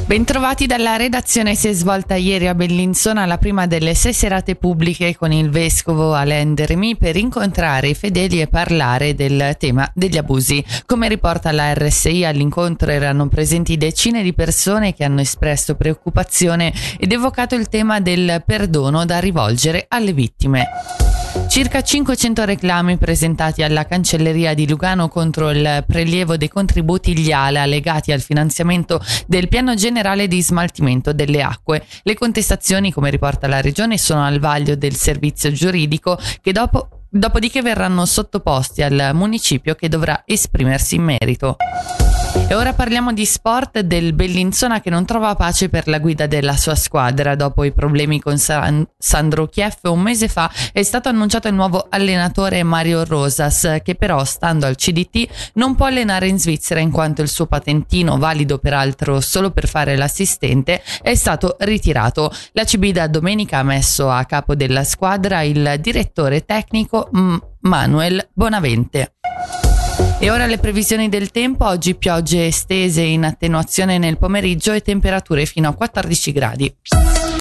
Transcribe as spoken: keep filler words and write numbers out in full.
Bentrovati dalla redazione. Si è svolta ieri a Bellinzona la prima delle sei serate pubbliche con il vescovo Alain de Remy per incontrare i fedeli e parlare del tema degli abusi. Come riporta la R S I, all'incontro erano presenti decine di persone che hanno espresso preoccupazione ed evocato il tema del perdono da rivolgere alle vittime. Circa cinquecento reclami presentati alla cancelleria di Lugano contro il prelievo dei contributi I A L A legati al finanziamento del piano generale di smaltimento delle acque. Le contestazioni, come riporta la regione, sono al vaglio del servizio giuridico che dopo, dopodiché verranno sottoposti al municipio che dovrà esprimersi in merito. E ora parliamo di sport, del Bellinzona che non trova pace per la guida della sua squadra. Dopo i problemi con San- Sandro Chief, un mese fa è stato annunciato il nuovo allenatore Mario Rosas, che però, stando al C D T, non può allenare in Svizzera in quanto il suo patentino, valido peraltro solo per fare l'assistente, è stato ritirato. La C B da domenica ha messo a capo della squadra il direttore tecnico M- Manuel Bonavente. E ora le previsioni del tempo. Oggi piogge estese in attenuazione nel pomeriggio e temperature fino a quattordici gradi.